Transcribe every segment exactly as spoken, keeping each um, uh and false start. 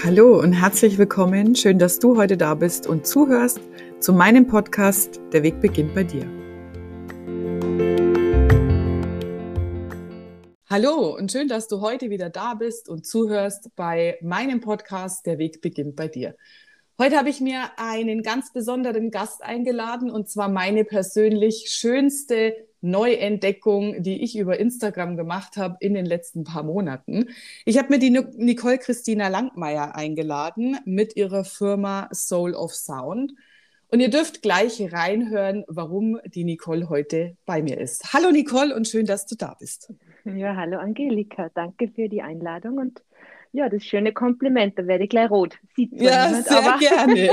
Hallo und herzlich willkommen. Schön, dass du heute da bist und zuhörst zu meinem Podcast Der Weg beginnt bei dir. Hallo und schön, dass du heute wieder da bist und zuhörst bei meinem Podcast Der Weg beginnt bei dir. Heute habe ich mir einen ganz besonderen Gast eingeladen und zwar meine persönlich schönste Neuentdeckung, die ich über Instagram gemacht habe in den letzten paar Monaten. Ich habe mir die Nicole Christina Langmeier eingeladen mit ihrer Firma Soul of Sound. Und ihr dürft gleich reinhören, warum die Nicole heute bei mir ist. Hallo Nicole und schön, dass du da bist. Ja, hallo Angelika, danke für die Einladung und ja, das schöne Kompliment, da werde ich gleich rot. Sieht zwar Ja, niemand, sehr aber gerne.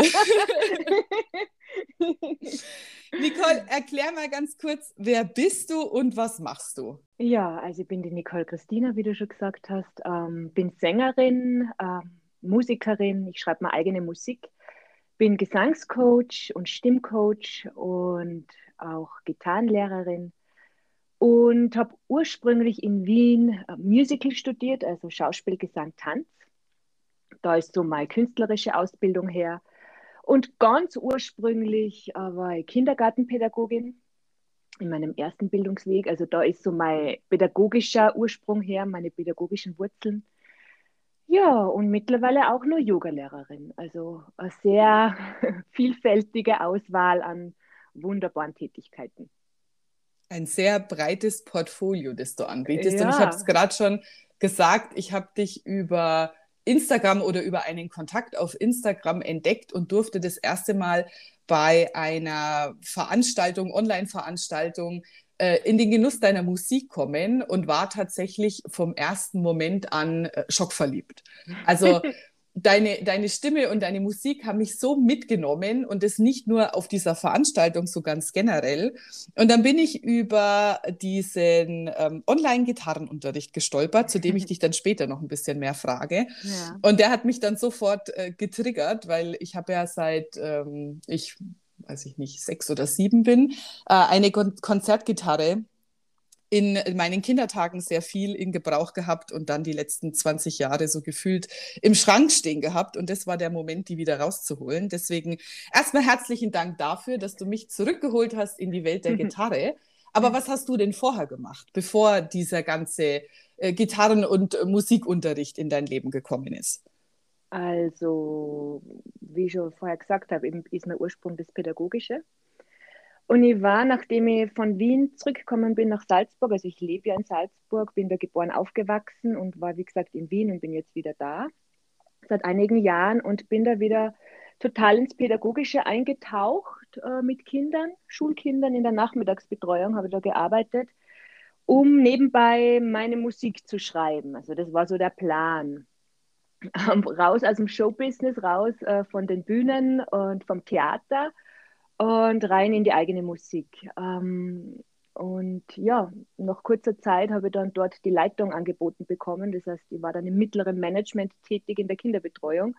Nicole, erklär mal ganz kurz, wer bist du und was machst du? ja, also ich bin die Nicole Christina, wie du schon gesagt hast, ähm, bin Sängerin, ähm, Musikerin, ich schreibe meine eigene Musik, bin Gesangscoach und Stimmcoach und auch Gitarrenlehrerin und habe ursprünglich in Wien äh, Musical studiert, also Schauspiel, Gesang, Tanz. Da ist so meine künstlerische Ausbildung her. Und ganz ursprünglich äh, war ich Kindergartenpädagogin in meinem ersten Bildungsweg. Also da ist so mein pädagogischer Ursprung her, meine pädagogischen Wurzeln. Ja, und mittlerweile auch nur Yogalehrerin. Also eine sehr vielfältige Auswahl an wunderbaren Tätigkeiten. Ein sehr breites Portfolio, das du anbietest. Und ich habe es Ja. gerade schon gesagt, ich habe dich über Instagram oder über einen Kontakt auf Instagram entdeckt und durfte das erste Mal bei einer Veranstaltung, Online-Veranstaltung, äh, in den Genuss deiner Musik kommen und war tatsächlich vom ersten Moment an äh, schockverliebt. Also deine, deine Stimme und deine Musik haben mich so mitgenommen und das nicht nur auf dieser Veranstaltung, so ganz generell. Und dann bin ich über diesen ähm, Online-Gitarrenunterricht gestolpert, zu dem ich dich dann später noch ein bisschen mehr frage. Ja. Und der hat mich dann sofort äh, getriggert, weil ich habe ja seit ähm, ich, weiß ich nicht, sechs oder sieben bin, äh, eine Kon Konzertgitarre in meinen Kindertagen sehr viel in Gebrauch gehabt und dann die letzten zwanzig Jahre so gefühlt im Schrank stehen gehabt. Und das war der Moment, die wieder rauszuholen. Deswegen erstmal herzlichen Dank dafür, dass du mich zurückgeholt hast in die Welt der Gitarre. Aber was hast du denn vorher gemacht, bevor dieser ganze äh, Gitarren- und äh, Musikunterricht in dein Leben gekommen ist? Also, wie ich schon vorher gesagt habe, eben ist mein Ursprung das Pädagogische. Und ich war, nachdem ich von Wien zurückgekommen bin nach Salzburg, also ich lebe ja in Salzburg, bin da geboren, aufgewachsen und war, wie gesagt, in Wien und bin jetzt wieder da seit einigen Jahren und bin da wieder total ins Pädagogische eingetaucht äh, mit Kindern, Schulkindern in der Nachmittagsbetreuung, habe da gearbeitet, um nebenbei meine Musik zu schreiben. Also das war so der Plan. Ähm, raus aus dem Showbusiness, raus äh, von den Bühnen und vom Theater und rein in die eigene Musik. Ähm, und ja, nach kurzer Zeit habe ich dann dort die Leitung angeboten bekommen. Das heißt, ich war dann im mittleren Management tätig in der Kinderbetreuung.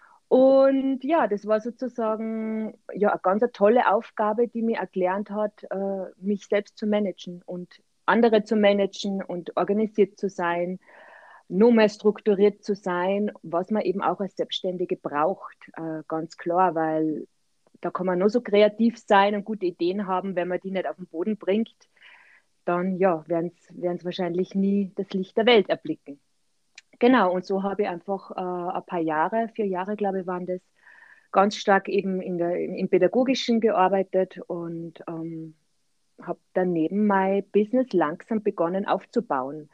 Und ja, das war sozusagen ja, eine ganz eine tolle Aufgabe, die mir erklärt hat, äh, mich selbst zu managen und andere zu managen und organisiert zu sein, nur mehr strukturiert zu sein, was man eben auch als Selbstständige braucht, äh, ganz klar, weil da kann man nur so kreativ sein und gute Ideen haben, wenn man die nicht auf den Boden bringt, dann ja, werden es wahrscheinlich nie das Licht der Welt erblicken. Genau, und so habe ich einfach äh, ein paar Jahre, vier Jahre, glaube ich, waren das, ganz stark eben in der, im Pädagogischen gearbeitet und ähm, habe daneben mein Business langsam begonnen aufzubauen.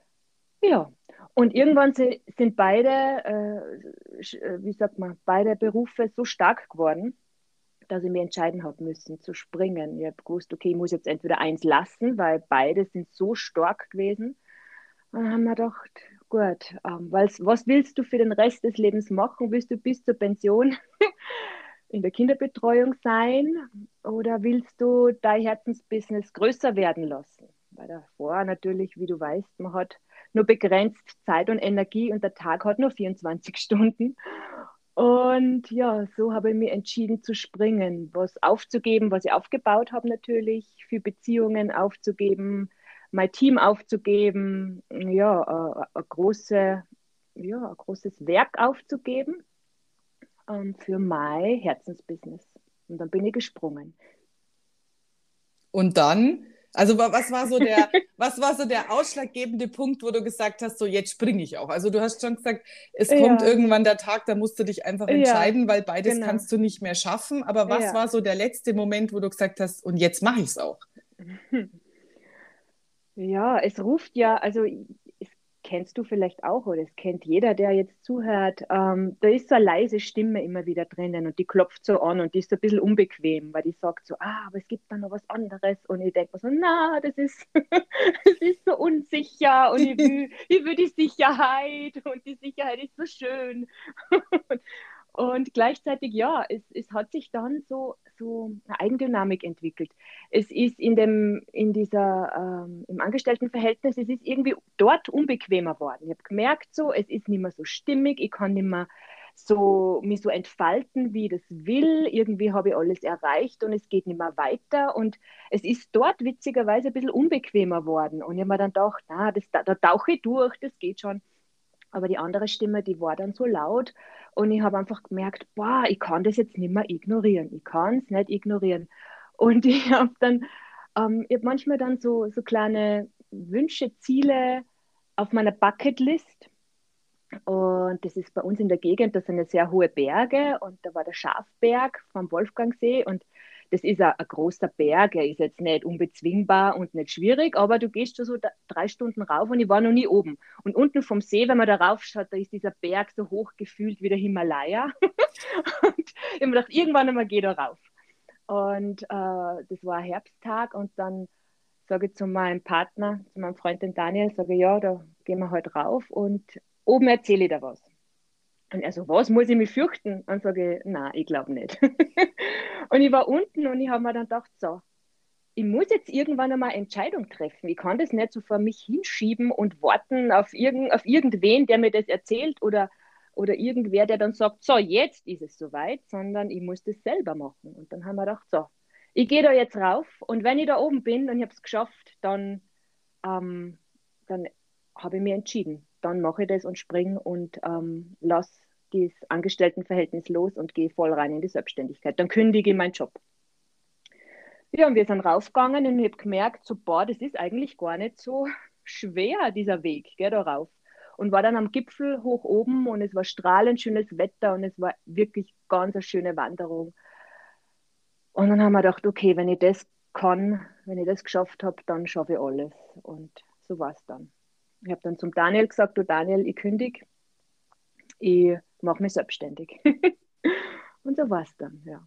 Ja, und irgendwann si- sind beide, äh, sch- äh, wie sagt man, beide Berufe so stark geworden, dass ich mir entscheiden habe müssen zu springen. Ich habe gewusst, okay, ich muss jetzt entweder eins lassen, weil beide sind so stark gewesen. Und dann haben wir gedacht, gut, ähm, was, was willst du für den Rest des Lebens machen? Willst du bis zur Pension in der Kinderbetreuung sein oder willst du dein Herzensbusiness größer werden lassen? Weil davor natürlich, wie du weißt, man hat nur begrenzt Zeit und Energie und der Tag hat nur vierundzwanzig Stunden. Und ja, so habe ich mich entschieden zu springen, was aufzugeben, was ich aufgebaut habe natürlich, für Beziehungen aufzugeben, mein Team aufzugeben, ja, eine, eine große ja, ein großes Werk aufzugeben ähm, für mein Herzensbusiness. Und dann bin ich gesprungen. Und dann, also wa- was war so der, was war so der ausschlaggebende Punkt, wo du gesagt hast, so jetzt springe ich auch? Also du hast schon gesagt, es kommt Ja, irgendwann der Tag, da musst du dich einfach ja, entscheiden, weil beides genau. kannst du nicht mehr schaffen. Aber was Ja. war so der letzte Moment, wo du gesagt hast, und jetzt mache ich es auch? Ja, es ruft ja, also es kennst du vielleicht auch oder es kennt jeder, der jetzt zuhört. Ähm, da ist so eine leise Stimme immer wieder drinnen und die klopft so an und die ist so ein bisschen unbequem, weil die sagt so, ah, aber es gibt da noch was anderes und ich denke mir so, na, das ist, das ist so unsicher und ich will, ich will die Sicherheit und die Sicherheit ist so schön. Und gleichzeitig, ja, es, es hat sich dann so, so eine Eigendynamik entwickelt. Es ist in dem, in dieser, ähm, im Angestelltenverhältnis, es ist irgendwie dort unbequemer worden. Ich habe gemerkt, so, es ist nicht mehr so stimmig, ich kann nicht mehr so, mich so entfalten, wie ich das will. Irgendwie habe ich alles erreicht und es geht nicht mehr weiter. Und es ist dort witzigerweise ein bisschen unbequemer worden. Und ich habe mir dann gedacht, na, das, da, da tauche ich durch, das geht schon. Aber die andere Stimme, die war dann so laut und ich habe einfach gemerkt, boah, ich kann das jetzt nicht mehr ignorieren. Ich kann es nicht ignorieren. Und ich habe dann, ähm, ich habe manchmal dann so, so kleine Wünsche, Ziele auf meiner Bucketlist. Und das ist bei uns in der Gegend, das sind ja sehr hohe Berge und da war der Schafberg vom Wolfgangsee und das ist ein, ein großer Berg, er ist jetzt nicht unbezwingbar und nicht schwierig, aber du gehst schon so da, drei Stunden rauf und ich war noch nie oben. Und unten vom See, wenn man da rauf schaut, da ist dieser Berg so hoch gefühlt wie der Himalaya. Und ich habe mir gedacht, irgendwann einmal gehe ich da rauf. Und äh, das war ein Herbsttag und dann sage ich zu meinem Partner, zu meinem Freund den Daniel, sage ich, ja, da gehen wir halt rauf und oben erzähle ich dir was. Und er so, was, muss ich mich fürchten? Und sage ich, nein, ich glaube nicht. Und ich war unten und ich habe mir dann gedacht, so, ich muss jetzt irgendwann einmal eine Entscheidung treffen. Ich kann das nicht so vor mich hinschieben und warten auf, irgend, auf irgendwen, der mir das erzählt oder, oder irgendwer, der dann sagt, so, jetzt ist es soweit, sondern ich muss das selber machen. Und dann haben wir gedacht, so, ich gehe da jetzt rauf und wenn ich da oben bin und ich habe es geschafft, dann, ähm, dann habe ich mir entschieden. Dann mache ich das und springe und ähm, lasse das Angestelltenverhältnis los und gehe voll rein in die Selbstständigkeit. Dann kündige ich meinen Job. Ja, und wir sind raufgegangen und ich habe gemerkt, so, boah, das ist eigentlich gar nicht so schwer, dieser Weg, gell, da rauf. Und war dann am Gipfel hoch oben und es war strahlend schönes Wetter und es war wirklich ganz eine schöne Wanderung. Und dann haben wir gedacht, okay, wenn ich das kann, wenn ich das geschafft habe, dann schaffe ich alles. Und so war es dann. Ich habe dann zum Daniel gesagt, du Daniel, ich kündige, ich mache mich selbstständig. Und so war es dann, ja.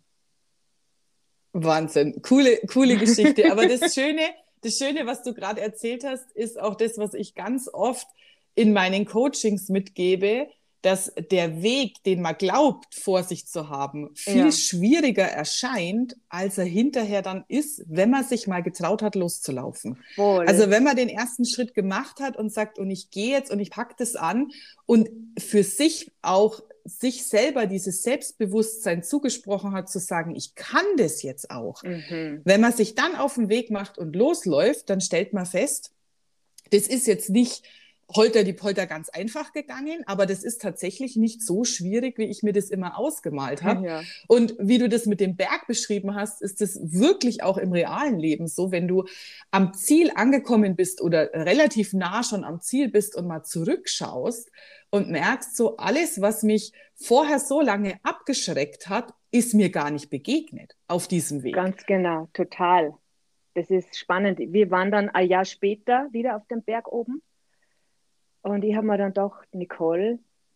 Wahnsinn, coole, coole Geschichte. Aber das Schöne, das Schöne, was du gerade erzählt hast, ist auch das, was ich ganz oft in meinen Coachings mitgebe, dass der Weg, den man glaubt, vor sich zu haben, viel Ja, schwieriger erscheint, als er hinterher dann ist, wenn man sich mal getraut hat, loszulaufen. voll. Also wenn man den ersten Schritt gemacht hat und sagt, und ich gehe jetzt und ich packe das an und für sich auch sich selber dieses Selbstbewusstsein zugesprochen hat, zu sagen, ich kann das jetzt auch. Mhm. Wenn man sich dann auf den Weg macht und losläuft, dann stellt man fest, das ist jetzt nicht holter die Polter ganz einfach gegangen, aber das ist tatsächlich nicht so schwierig, wie ich mir das immer ausgemalt habe. Ja. Und wie du das mit dem Berg beschrieben hast, ist das wirklich auch im realen Leben so, wenn du am Ziel angekommen bist oder relativ nah schon am Ziel bist und mal zurückschaust und merkst, so alles, was mich vorher so lange abgeschreckt hat, ist mir gar nicht begegnet auf diesem Weg. Ganz genau, total. Das ist spannend. Wir waren dann ein Jahr später wieder auf dem Berg oben und ich habe mir dann gedacht, Nicole,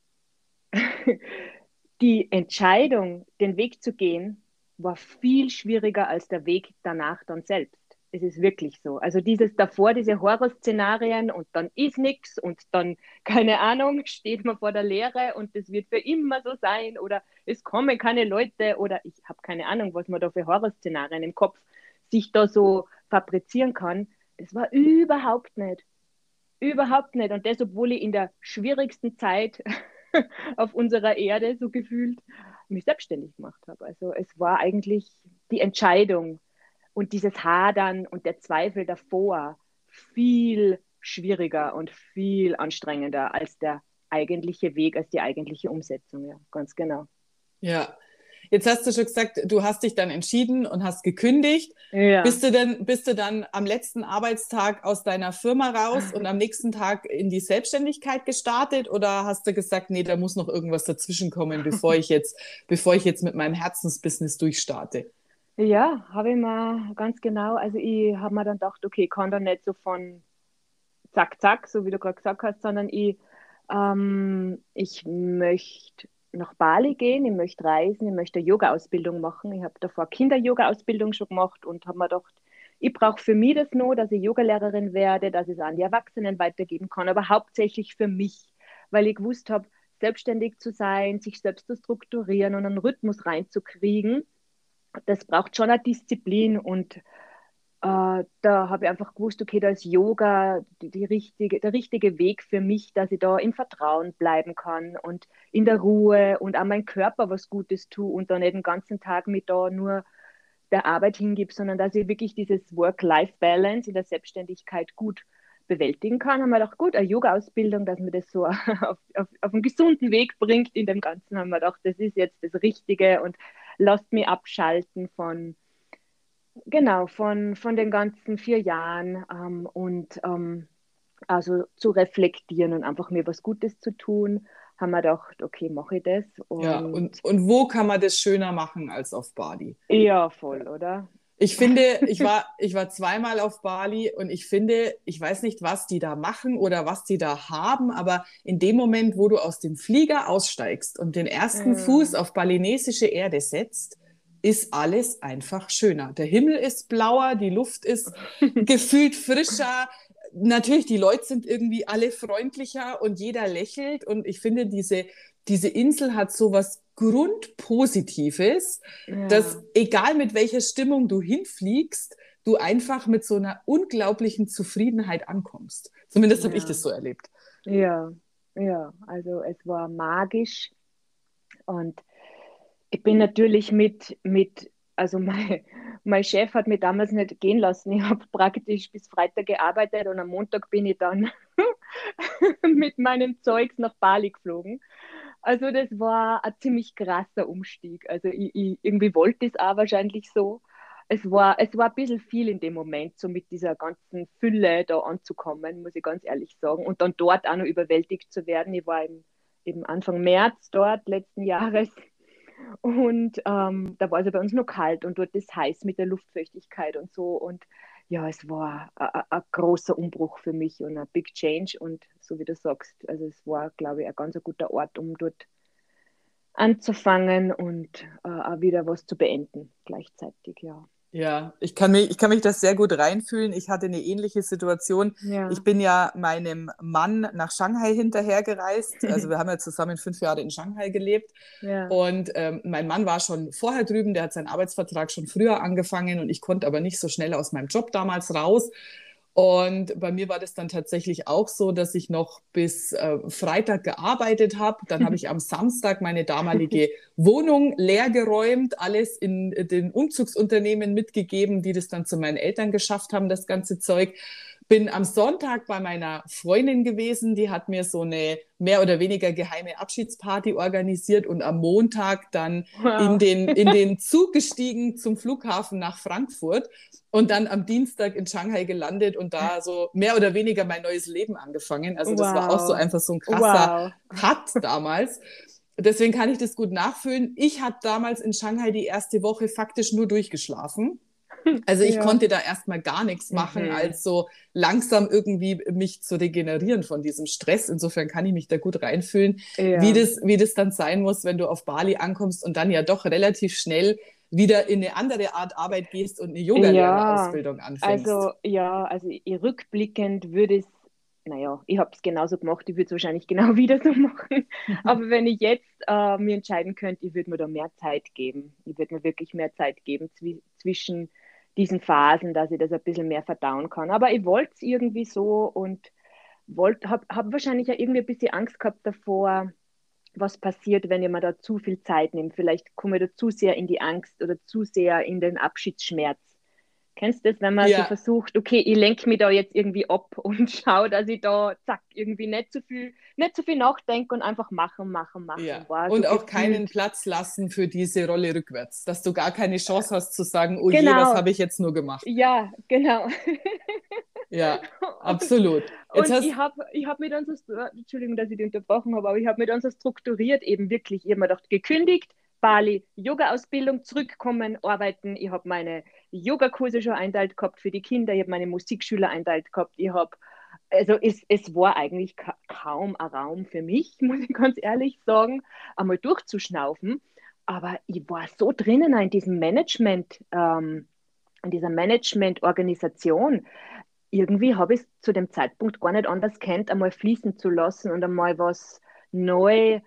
die Entscheidung, den Weg zu gehen, war viel schwieriger als der Weg danach dann selbst. Es ist wirklich so. Also dieses davor, diese Horrorszenarien und dann ist nichts und dann, keine Ahnung, steht man vor der Leere und das wird für immer so sein oder es kommen keine Leute oder ich habe keine Ahnung, was man da für Horrorszenarien im Kopf sich da so fabrizieren kann. Das war überhaupt nicht. Überhaupt nicht. Und das, obwohl ich in der schwierigsten Zeit auf unserer Erde so gefühlt mich selbstständig gemacht habe. Also es war eigentlich die Entscheidung und dieses Hadern und der Zweifel davor viel schwieriger und viel anstrengender als der eigentliche Weg als die eigentliche Umsetzung, ja, ganz genau. Ja. Jetzt hast du schon gesagt, du hast dich dann entschieden und hast gekündigt. Ja. Bist du denn, bist du dann am letzten Arbeitstag aus deiner Firma raus und am nächsten Tag in die Selbstständigkeit gestartet oder hast du gesagt, nee, da muss noch irgendwas dazwischen kommen, bevor ich jetzt, bevor ich jetzt mit meinem Herzensbusiness durchstarte? Ja, habe ich mir ganz genau, also ich habe mir dann gedacht, okay, ich kann da nicht so von zack, zack, so wie du gerade gesagt hast, sondern ich, ähm, ich möchte nach Bali gehen, ich möchte reisen, ich möchte eine Yoga-Ausbildung machen. Ich habe davor Kinder-Yoga-Ausbildung schon gemacht und habe mir gedacht, ich brauche für mich das nur, dass ich Yogalehrerin werde, dass ich es an die Erwachsenen weitergeben kann, aber hauptsächlich für mich, weil ich gewusst habe, selbstständig zu sein, sich selbst zu strukturieren und einen Rhythmus reinzukriegen, das braucht schon eine Disziplin und äh, da habe ich einfach gewusst, okay, da ist Yoga die, die richtige, der richtige Weg für mich, dass ich da im Vertrauen bleiben kann und in der Ruhe und auch meinem Körper was Gutes tue und da nicht den ganzen Tag mit da nur der Arbeit hingib, sondern dass ich wirklich dieses Work-Life-Balance in der Selbstständigkeit gut bewältigen kann. Haben wir gedacht, gut, eine Yoga-Ausbildung, dass mir das so auf, auf, auf einen gesunden Weg bringt in dem Ganzen, haben wir gedacht, das ist jetzt das Richtige und lasst mich abschalten von Genau, von, von den ganzen vier Jahren ähm, und ähm, also zu reflektieren und einfach mir was Gutes zu tun, haben wir gedacht, okay, mache ich das Ja, und und, und wo kann man das schöner machen als auf Bali? ja, voll, oder? Ich finde, ich war, ich war zweimal auf Bali und ich finde, ich weiß nicht, was die da machen oder was die da haben, aber in dem Moment, wo du aus dem Flieger aussteigst und den ersten Fuß Ja, auf balinesische Erde setzt, ist alles einfach schöner. Der Himmel ist blauer, die Luft ist gefühlt frischer. Natürlich, die Leute sind irgendwie alle freundlicher und jeder lächelt. Und ich finde, diese, diese Insel hat so was Grundpositives, dass ja, egal mit welcher Stimmung du hinfliegst, du einfach mit so einer unglaublichen Zufriedenheit ankommst. Zumindest habe ich ja, das so erlebt. ja, ja, also es war magisch und ich bin natürlich mit, mit also mein, mein Chef hat mich damals nicht gehen lassen. Ich habe praktisch bis Freitag gearbeitet und am Montag bin ich dann mit meinem Zeugs nach Bali geflogen. Also das war ein ziemlich krasser Umstieg. Also ich, ich, irgendwie wollte es auch wahrscheinlich so. Es war, es war ein bisschen viel in dem Moment, so mit dieser ganzen Fülle da anzukommen, muss ich ganz ehrlich sagen. Und dann dort auch noch überwältigt zu werden. Ich war im, eben Anfang März dort letzten Jahres und ähm, da war es ja bei uns noch kalt und dort ist heiß mit der Luftfeuchtigkeit und so. Und ja, es war ein großer Umbruch für mich und ein Big Change. Und so wie du sagst, also es war, glaube ich, ein ganz guter Ort, um dort anzufangen und äh, auch wieder was zu beenden gleichzeitig, ja. Ja, ich kann mich, ich kann mich das sehr gut reinfühlen. Ich hatte eine ähnliche Situation. Ich Ja, bin ja meinem Mann nach Shanghai hinterhergereist. Also wir haben ja zusammen fünf Jahre in Shanghai gelebt. ja. Und ähm, mein Mann war schon vorher drüben, der hat seinen Arbeitsvertrag schon früher angefangen und ich konnte aber nicht so schnell aus meinem Job damals raus. Und bei mir war das dann tatsächlich auch so, dass ich noch bis äh, Freitag gearbeitet habe. Dann habe ich am Samstag meine damalige Wohnung leergeräumt, alles in den Umzugsunternehmen mitgegeben, die das dann zu meinen Eltern geschafft haben, das ganze Zeug. Bin am Sonntag bei meiner Freundin gewesen, die hat mir so eine mehr oder weniger geheime Abschiedsparty organisiert und am Montag dann in Wow. den, in den Zug gestiegen zum Flughafen nach Frankfurt und dann am Dienstag in Shanghai gelandet und da so mehr oder weniger mein neues Leben angefangen. Also das war auch so Wow. einfach so ein krasser Wow. Cut damals. Deswegen kann ich das gut nachfühlen. Ich habe damals in Shanghai die erste Woche faktisch nur durchgeschlafen. Also ich Ja. konnte da erstmal gar nichts machen, Mhm. als so langsam irgendwie mich zu regenerieren von diesem Stress. Insofern kann ich mich da gut reinfühlen, wie Ja. das, wie das dann sein muss, wenn du auf Bali ankommst und dann ja doch relativ schnell wieder in eine andere Art Arbeit gehst und eine Ja, Yogalehrerausbildung also anfängst. ja, also ich, rückblickend würde es, naja, ich habe es genauso gemacht, ich würde es wahrscheinlich genau wieder so machen. Aber wenn ich jetzt äh, mir entscheiden könnte, ich würde mir da mehr Zeit geben. Ich würde mir wirklich mehr Zeit geben zwi zwischen diesen Phasen, dass ich das ein bisschen mehr verdauen kann. Aber ich wollte es irgendwie so und wollte, habe hab hab wahrscheinlich auch irgendwie ein bisschen Angst gehabt davor, was passiert, wenn ich mir da zu viel Zeit nehme. Vielleicht komme ich da zu sehr in die Angst oder zu sehr in den Abschiedsschmerz, Kennst du das, wenn man so Ja, versucht, okay, ich lenke mich da jetzt irgendwie ab und schaue, dass ich da, zack, irgendwie nicht zu viel, nicht zu viel nachdenke und einfach machen, machen, ja. machen, war so Und auch keinen gefühlt. Platz lassen für diese Rolle rückwärts, dass du gar keine Chance hast zu sagen, oh je, was Genau, habe ich jetzt nur gemacht? ja, genau. Ja, Und, absolut. Jetzt und ich hast, habe ich hab mir dann so, Entschuldigung, dass ich dich unterbrochen habe, aber ich habe mir dann so strukturiert eben wirklich, ich habe mir gedacht, gekündigt, Bali, Yoga-Ausbildung, zurückkommen, arbeiten. Ich habe meine Yogakurse schon einteilt gehabt für die Kinder, ich habe meine Musikschüler einteilt gehabt, ich habe, also es, es war eigentlich ka kaum ein Raum für mich, muss ich ganz ehrlich sagen, einmal durchzuschnaufen. Aber ich war so drinnen in diesem Management, ähm, in dieser Management-Organisation, irgendwie habe ich es zu dem Zeitpunkt gar nicht anders kennt, einmal fließen zu lassen und einmal was neu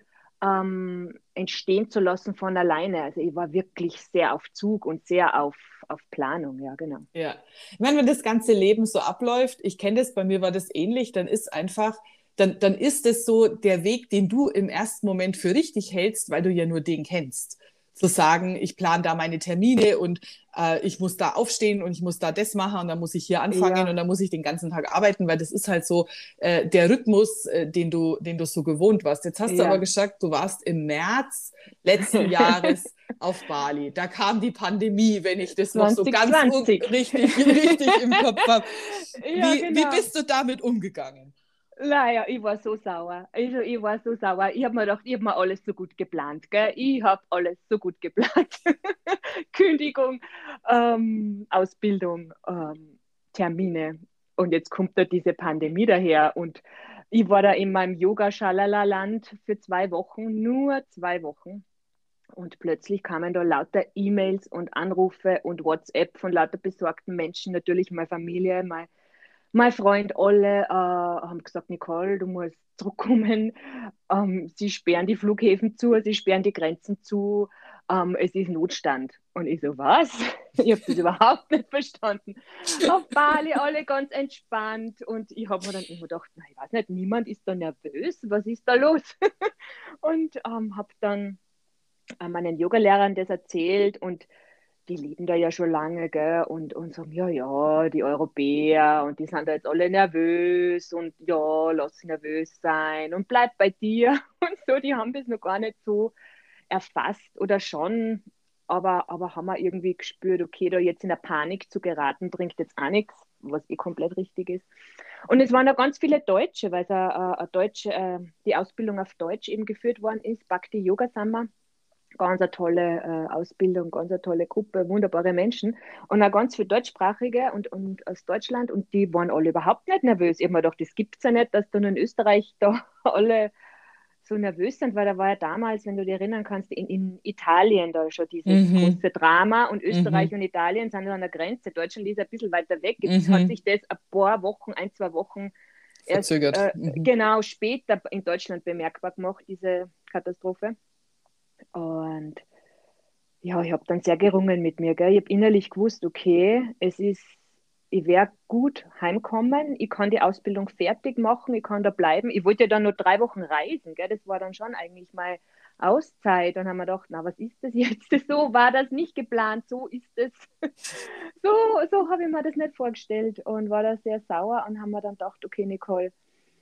ähm, entstehen zu lassen von alleine. Also ich war wirklich sehr auf Zug und sehr auf, auf Planung, ja, genau. ja. Ich meine, wenn das ganze Leben so abläuft, ich kenne das, bei mir war das ähnlich, dann ist einfach, dann, dann ist es so der Weg, den du im ersten Moment für richtig hältst, weil du ja nur den kennst. Zu sagen, ich plane da meine Termine und äh, ich muss da aufstehen und ich muss da das machen und dann muss ich hier anfangen und Ja, dann muss ich den ganzen Tag arbeiten, weil das ist halt so äh, der Rhythmus, äh, den du, den du so gewohnt warst. Jetzt hast du aber ja. gesagt, du warst im März letzten Jahres auf Bali. Da kam die Pandemie, wenn ich das noch so zwanzig ganz zwanzig. richtig, richtig im Kopf habe. Ja, Wie, wie genau. bist du damit umgegangen? Naja, ich war so sauer. Also ich war so sauer. Ich habe mir gedacht, ich habe mir alles so gut geplant. Gell? Ich habe alles so gut geplant. Kündigung, ähm, Ausbildung, ähm, Termine. Und jetzt kommt da diese Pandemie daher. Und ich war da in meinem Yoga-Schalala-Land für zwei Wochen, nur zwei Wochen. Und plötzlich kamen da lauter E-Mails und Anrufe und WhatsApp von lauter besorgten Menschen, natürlich meine Familie, mein mein Freund, alle äh, haben gesagt, Nicole, du musst zurückkommen. Ähm, sie sperren die Flughäfen zu, sie sperren die Grenzen zu. Ähm, es ist Notstand. Und ich so, was? Ich habe das überhaupt nicht verstanden. Auf Bali alle ganz entspannt. Und ich habe mir dann immer gedacht, na, ich weiß nicht, niemand ist da nervös. Was ist da los? Und ähm, habe dann äh, meinen Yogalehrern das erzählt und die leben da ja schon lange, gell, und, und sagen, ja, ja, die Europäer und die sind da jetzt alle nervös und ja, lass nervös sein und bleib bei dir und so, die haben das noch gar nicht so erfasst oder schon, aber, aber haben wir irgendwie gespürt, okay, da jetzt in der Panik zu geraten, bringt jetzt auch nichts, was eh komplett richtig ist. Und es waren da ganz viele Deutsche, weil es a, a Deutsche, äh, die Ausbildung auf Deutsch eben geführt worden ist, Bhakti Yoga Summer, ganz eine tolle äh, Ausbildung, ganz eine tolle Gruppe, wunderbare Menschen und auch ganz viele Deutschsprachige und, und aus Deutschland und die waren alle überhaupt nicht nervös. Ich habe mir gedacht, das gibt es ja nicht, dass dann in Österreich da alle so nervös sind, weil da war ja damals, wenn du dich erinnern kannst, in, in Italien da schon dieses Mhm, große Drama und Österreich mhm, und Italien sind an der Grenze. Deutschland ist ein bisschen weiter weg. Jetzt hat mhm. sich das ein paar Wochen, ein, zwei Wochen erst Verzögert. äh, Mhm. genau später in Deutschland bemerkbar gemacht, diese Katastrophe. Und ja, ich habe dann sehr gerungen mit mir. Gell? Ich habe innerlich gewusst, okay, es ist, ich werde gut heimkommen, ich kann die Ausbildung fertig machen, ich kann da bleiben. Ich wollte ja dann nur drei Wochen reisen, gell? Das war dann schon eigentlich mal Auszeit. Und haben wir gedacht, na, was ist das jetzt? So war das nicht geplant, so ist es. So, so habe ich mir das nicht vorgestellt und war da sehr sauer und haben wir dann gedacht, okay, Nicole,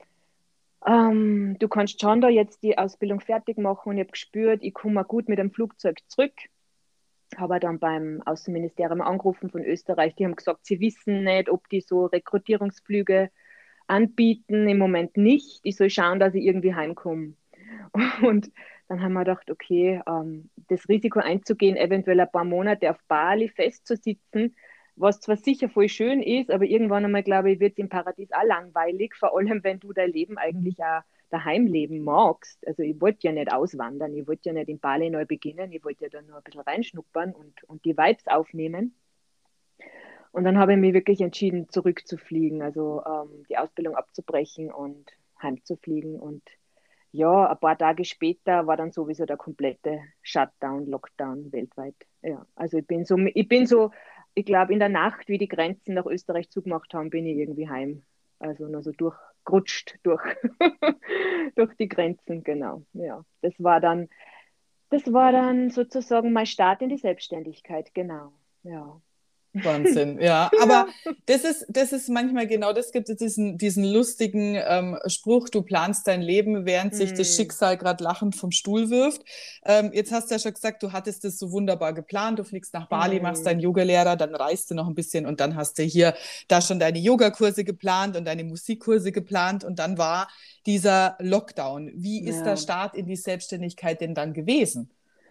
ähm, du kannst schon da jetzt die Ausbildung fertig machen und ich habe gespürt, ich komme gut mit dem Flugzeug zurück, habe dann beim Außenministerium angerufen von Österreich. Die haben gesagt, sie wissen nicht, ob die so Rekrutierungsflüge anbieten. Im Moment nicht. Ich soll schauen, dass ich irgendwie heimkomme. Und dann haben wir gedacht, okay, ähm, das Risiko einzugehen, eventuell ein paar Monate auf Bali festzusitzen, was zwar sicher voll schön ist, aber irgendwann einmal, glaube ich, wird es im Paradies auch langweilig, vor allem wenn du dein Leben eigentlich auch daheim leben magst. Also ich wollte ja nicht auswandern, ich wollte ja nicht in Bali neu beginnen, ich wollte ja da nur ein bisschen reinschnuppern und, und die Vibes aufnehmen. Und dann habe ich mich wirklich entschieden, zurückzufliegen, also ähm, die Ausbildung abzubrechen und heimzufliegen. Und ja, ein paar Tage später war dann sowieso der komplette Shutdown, Lockdown weltweit. Ja, also ich bin so, ich bin so, ich glaube, in der Nacht, wie die Grenzen nach Österreich zugemacht haben, bin ich irgendwie heim. Also nur so durchgerutscht durch, durch die Grenzen, genau. Ja, das war dann, das war dann sozusagen mein Start in die Selbstständigkeit, genau. Ja. Wahnsinn, ja. Aber Ja. das ist, das ist manchmal genau das, gibt es diesen, diesen lustigen ähm, Spruch, du planst dein Leben, während sich das Hm. Schicksal gerade lachend vom Stuhl wirft. Ähm, jetzt hast du ja schon gesagt, du hattest das so wunderbar geplant, du fliegst nach Bali, machst deinen Hm. Yogalehrer, dann reist du noch ein bisschen und dann hast du hier da schon deine Yogakurse geplant und deine Musikkurse geplant und dann war dieser Lockdown. Wie ist der Ja. Start in die Selbstständigkeit denn dann gewesen?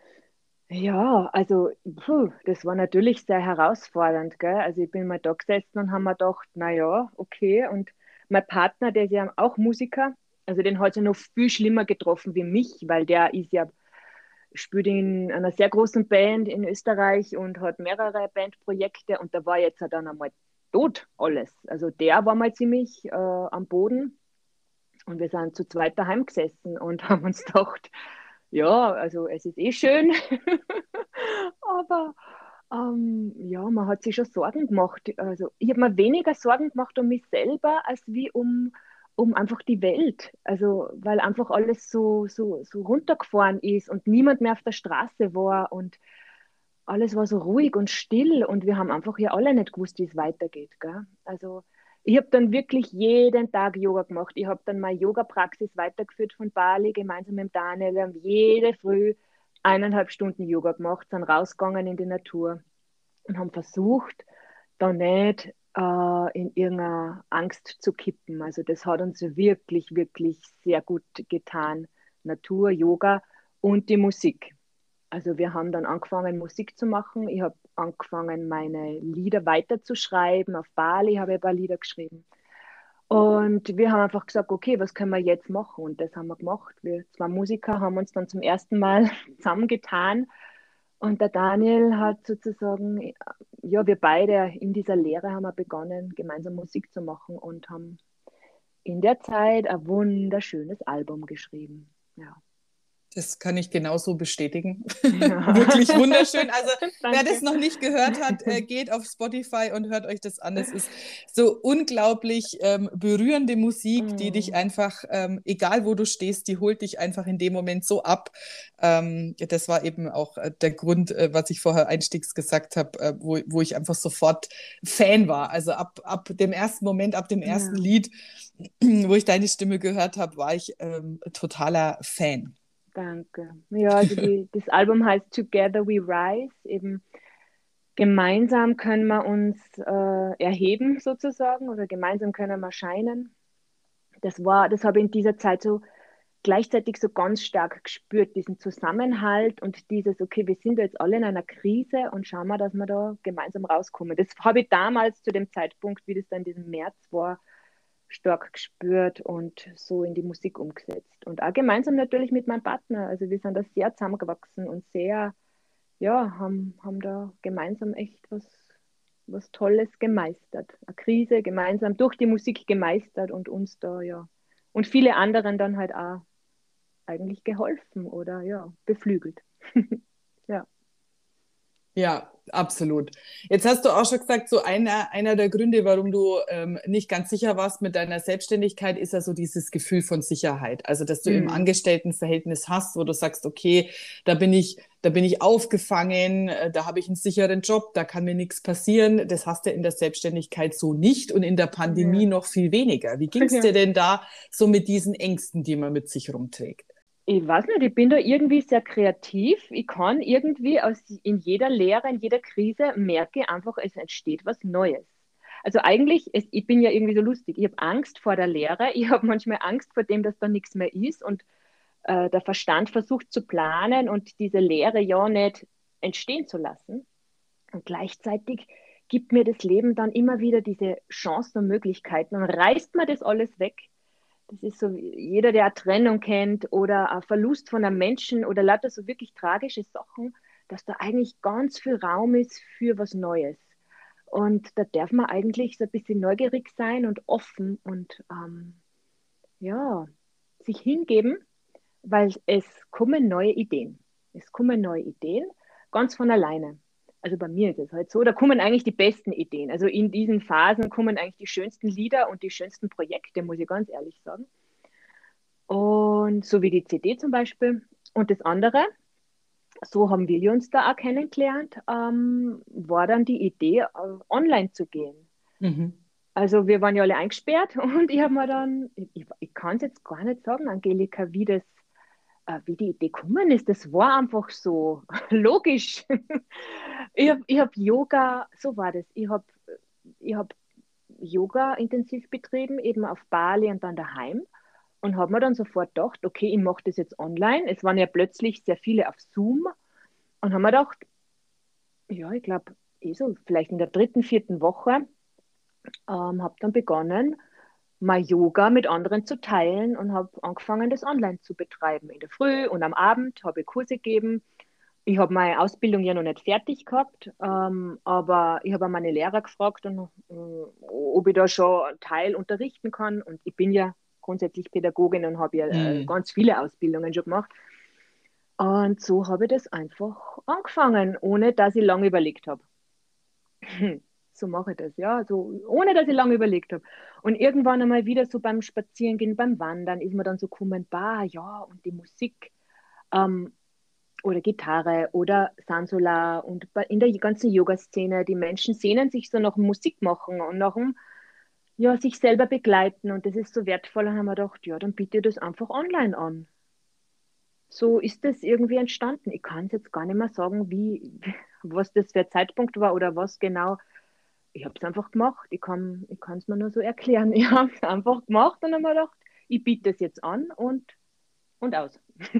Ja, also puh, das war natürlich sehr herausfordernd, gell? Also ich bin mal da gesessen und haben mir gedacht, na ja, okay. Und mein Partner, der ist ja auch Musiker, also den hat es ja noch viel schlimmer getroffen wie mich, weil der ist ja, spielt in einer sehr großen Band in Österreich und hat mehrere Bandprojekte und da war jetzt ja dann einmal tot alles. Also der war mal ziemlich äh, am Boden und wir sind zu zweit daheim gesessen und haben uns gedacht, ja, also es ist eh schön, aber ähm, ja, man hat sich schon Sorgen gemacht. Also ich habe mir weniger Sorgen gemacht um mich selber, als wie um, um einfach die Welt. Also weil einfach alles so, so, so runtergefahren ist und niemand mehr auf der Straße war und alles war so ruhig und still und wir haben einfach ja alle nicht gewusst, wie es weitergeht. Gell? Also ich habe dann wirklich jeden Tag Yoga gemacht. Ich habe dann meine Yoga-Praxis weitergeführt von Bali, gemeinsam mit Daniel. Wir haben jede Früh eineinhalb Stunden Yoga gemacht, sind rausgegangen in die Natur und haben versucht, da nicht äh, in irgendeiner Angst zu kippen. Also das hat uns wirklich, wirklich sehr gut getan. Natur, Yoga und die Musik. Also wir haben dann angefangen, Musik zu machen. Ich habe angefangen, meine Lieder weiterzuschreiben. Auf Bali habe ich ein paar Lieder geschrieben. Und wir haben einfach gesagt, okay, was können wir jetzt machen? Und das haben wir gemacht. Wir zwei Musiker haben uns dann zum ersten Mal zusammengetan. Und der Daniel hat sozusagen, ja, wir beide in dieser Lehre haben wir begonnen, gemeinsam Musik zu machen und haben in der Zeit ein wunderschönes Album geschrieben. Ja. Das kann ich genauso bestätigen. Ja. Wirklich wunderschön. Also wer das Danke. noch nicht gehört hat, äh, geht auf Spotify und hört euch das an. Es ist so unglaublich ähm, berührende Musik, die dich Mm. einfach, ähm, egal wo du stehst, die holt dich einfach in dem Moment so ab. Ähm, das war eben auch äh, der Grund, äh, was ich vorher einstiegs gesagt habe, äh, wo, wo ich einfach sofort Fan war. Also ab, ab dem ersten Moment, ab dem ersten Ja. Lied, wo ich deine Stimme gehört habe, war ich ähm, totaler Fan. Danke. Ja, also die, das Album heißt Together We Rise. Eben gemeinsam können wir uns äh, erheben sozusagen oder gemeinsam können wir scheinen. Das war, das habe ich in dieser Zeit so gleichzeitig so ganz stark gespürt, diesen Zusammenhalt und dieses, okay, wir sind jetzt alle in einer Krise und schauen wir, dass wir da gemeinsam rauskommen. Das habe ich damals zu dem Zeitpunkt, wie das dann in diesem März war, stark gespürt und so in die Musik umgesetzt. Und auch gemeinsam natürlich mit meinem Partner. Also wir sind da sehr zusammengewachsen und sehr, ja, haben, haben da gemeinsam echt was, was Tolles gemeistert. Eine Krise gemeinsam durch die Musik gemeistert und uns da, ja. Und viele anderen dann halt auch eigentlich geholfen oder ja, beflügelt. Ja. Ja, absolut. Jetzt hast du auch schon gesagt, so einer, einer der Gründe, warum du ähm, nicht ganz sicher warst mit deiner Selbstständigkeit, ist ja so dieses Gefühl von Sicherheit. Also, dass du im Mm. Angestelltenverhältnis hast, wo du sagst, okay, da bin ich, da bin ich aufgefangen, äh, da habe ich einen sicheren Job, da kann mir nichts passieren. Das hast du in der Selbstständigkeit so nicht und in der Pandemie Ja. noch viel weniger. Wie ging es dir Ja. denn da so mit diesen Ängsten, die man mit sich rumträgt? Ich weiß nicht, ich bin da irgendwie sehr kreativ. Ich kann irgendwie aus, in jeder Lehre, in jeder Krise merke einfach, es entsteht was Neues. Also eigentlich, es, ich bin ja irgendwie so lustig. Ich habe Angst vor der Lehre. Ich habe manchmal Angst vor dem, dass da nichts mehr ist und äh, der Verstand versucht zu planen und diese Lehre ja nicht entstehen zu lassen. Und gleichzeitig gibt mir das Leben dann immer wieder diese Chancen und Möglichkeiten und reißt mir das alles weg. Das ist so, jeder, der eine Trennung kennt oder ein Verlust von einem Menschen oder lauter so wirklich tragische Sachen, dass da eigentlich ganz viel Raum ist für was Neues. Und da darf man eigentlich so ein bisschen neugierig sein und offen und ähm, ja, sich hingeben, weil es kommen neue Ideen. Es kommen neue Ideen ganz von alleine. Also bei mir ist es halt so, da kommen eigentlich die besten Ideen. Also in diesen Phasen kommen eigentlich die schönsten Lieder und die schönsten Projekte, muss ich ganz ehrlich sagen. Und so wie die C D zum Beispiel. Und das andere, so haben wir uns da auch kennengelernt, ähm, war dann die Idee, äh, online zu gehen. Mhm. Also wir waren ja alle eingesperrt und ich habe mir dann, ich, ich kann es jetzt gar nicht sagen, Angelika, wie das, äh, wie die Idee gekommen ist. Das war einfach so logisch. Ich habe ich hab Yoga, so war das. Ich habe ich hab Yoga intensiv betrieben, eben auf Bali und dann daheim. Und habe mir dann sofort gedacht, okay, ich mache das jetzt online. Es waren ja plötzlich sehr viele auf Zoom. Und haben mir gedacht, ja, ich glaube, eh so, vielleicht in der dritten, vierten Woche, ähm, habe dann begonnen, mal Yoga mit anderen zu teilen und habe angefangen, das online zu betreiben. In der Früh und am Abend habe ich Kurse gegeben. Ich habe meine Ausbildung ja noch nicht fertig gehabt, ähm, aber ich habe auch meine Lehrer gefragt, und, äh, ob ich da schon einen Teil unterrichten kann. Und ich bin ja grundsätzlich Pädagogin und habe ja äh, Mhm. ganz viele Ausbildungen schon gemacht. Und so habe ich das einfach angefangen, ohne dass ich lange überlegt habe. So mache ich das, ja, so ohne dass ich lange überlegt habe. Und irgendwann einmal wieder so beim Spazierengehen, beim Wandern ist mir dann so gekommen, bah, ja, und die Musik ähm, oder Gitarre oder Sansola und bei- in der ganzen Yoga-Szene, die Menschen sehnen sich so nach dem Musik machen und nach dem, ja, sich selber begleiten, und das ist so wertvoll. Und haben wir gedacht, ja, dann biete ich das einfach online an. So ist das irgendwie entstanden. Ich kann es jetzt gar nicht mehr sagen, wie, was das für ein Zeitpunkt war oder was genau. Ich habe es einfach gemacht. Ich kann ich es mir nur so erklären. Ich habe es einfach gemacht und habe mir gedacht, ich biete das jetzt an und, und aus.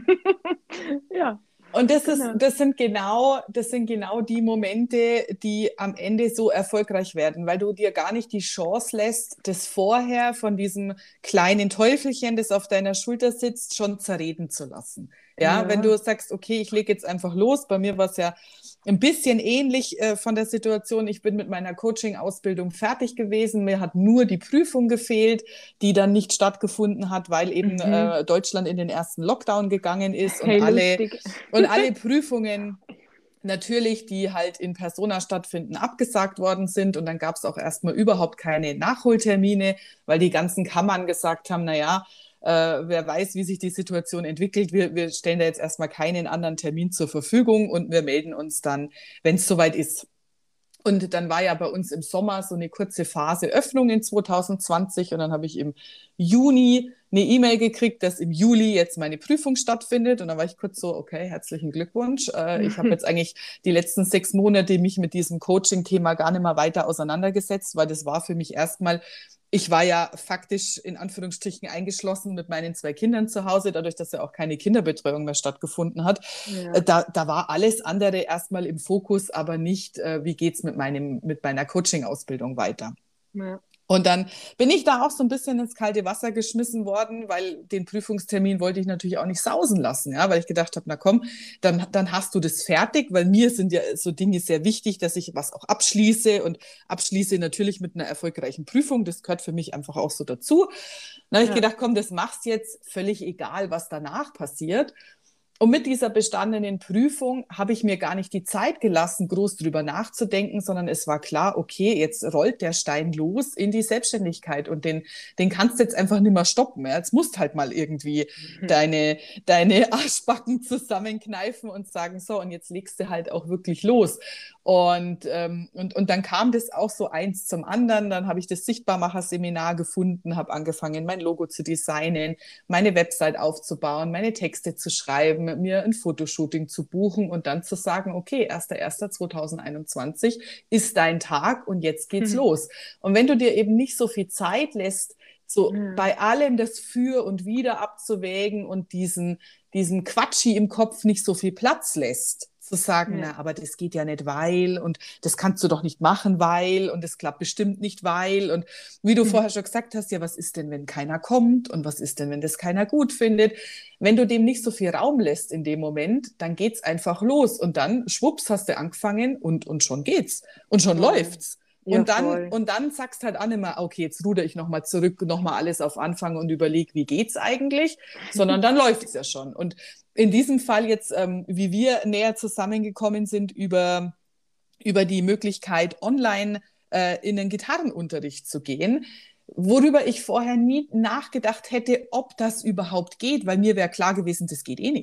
Ja, Und das ist, genau. das sind genau, das sind genau die Momente, die am Ende so erfolgreich werden, weil du dir gar nicht die Chance lässt, das vorher von diesem kleinen Teufelchen, das auf deiner Schulter sitzt, schon zerreden zu lassen. Ja, wenn Ja. du sagst, okay, ich lege jetzt einfach los. Bei mir war es ja ein bisschen ähnlich äh, von der Situation. Ich bin mit meiner Coaching-Ausbildung fertig gewesen. Mir hat nur die Prüfung gefehlt, die dann nicht stattgefunden hat, weil eben Mhm. äh, Deutschland in den ersten Lockdown gegangen ist und Hey, alle lustig. und alle Prüfungen natürlich, die halt in Persona stattfinden, abgesagt worden sind. Und dann gab es auch erstmal überhaupt keine Nachholtermine, weil die ganzen Kammern gesagt haben, naja, äh, wer weiß, wie sich die Situation entwickelt. Wir, wir stellen da jetzt erstmal keinen anderen Termin zur Verfügung und wir melden uns dann, wenn es soweit ist. Und dann war ja bei uns im Sommer so eine kurze Phase Öffnung in zwanzig zwanzig und dann habe ich im Juni eine E-Mail gekriegt, dass im Juli jetzt meine Prüfung stattfindet und dann war ich kurz so, okay, herzlichen Glückwunsch. Äh, ich habe jetzt eigentlich die letzten sechs Monate mich mit diesem Coaching-Thema gar nicht mehr weiter auseinandergesetzt, weil das war für mich erstmal, ich war ja faktisch in Anführungsstrichen eingeschlossen mit meinen zwei Kindern zu Hause, dadurch, dass ja auch keine Kinderbetreuung mehr stattgefunden hat. Äh, Ja. Da, da war alles andere erstmal im Fokus, aber nicht, äh, wie geht's mit meinem, mit meiner Coaching-Ausbildung weiter. Ja. Und dann bin ich da auch so ein bisschen ins kalte Wasser geschmissen worden, weil den Prüfungstermin wollte ich natürlich auch nicht sausen lassen, ja, weil ich gedacht habe, na komm, dann, dann hast du das fertig, weil mir sind ja so Dinge sehr wichtig, dass ich was auch abschließe und abschließe natürlich mit einer erfolgreichen Prüfung. Das gehört für mich einfach auch so dazu. Dann habe ich Ja. gedacht, komm, das machst jetzt völlig egal, was danach passiert. Und mit dieser bestandenen Prüfung habe ich mir gar nicht die Zeit gelassen, groß drüber nachzudenken, sondern es war klar, okay, jetzt rollt der Stein los in die Selbstständigkeit und den, den kannst du jetzt einfach nicht mehr stoppen. Ja? Jetzt musst halt mal irgendwie deine, deine Arschbacken zusammenkneifen und sagen, so, und jetzt legst du halt auch wirklich los. Und, ähm, und, und dann kam das auch so eins zum anderen. Dann habe ich das Sichtbarmacher-Seminar gefunden, habe angefangen, mein Logo zu designen, meine Website aufzubauen, meine Texte zu schreiben, mir ein Fotoshooting zu buchen und dann zu sagen, okay, erster erster zweitausendeinundzwanzig ist dein Tag und jetzt geht's los. Und wenn du dir eben nicht so viel Zeit lässt, so Ja. bei allem das Für und Wider abzuwägen und diesen, diesen Quatschi im Kopf nicht so viel Platz lässt, zu sagen, Ja. na, aber das geht ja nicht, weil und das kannst du doch nicht machen, weil und das klappt bestimmt nicht, weil und wie du vorher schon gesagt hast, ja, was ist denn, wenn keiner kommt und was ist denn, wenn das keiner gut findet? Wenn du dem nicht so viel Raum lässt in dem Moment, dann geht's einfach los und dann schwupps hast du angefangen und, und schon geht's und schon Voll. läuft's. Ja, Und dann, voll. und dann sagst halt auch nicht mehr, okay, jetzt ruder ich nochmal zurück, nochmal alles auf Anfang und überleg, wie geht's eigentlich, sondern dann läuft's ja schon. Und in diesem Fall jetzt, ähm, wie wir näher zusammengekommen sind über, über die Möglichkeit, online äh, in den Gitarrenunterricht zu gehen, worüber ich vorher nie nachgedacht hätte, ob das überhaupt geht, weil mir wäre klar gewesen, das geht eh nicht.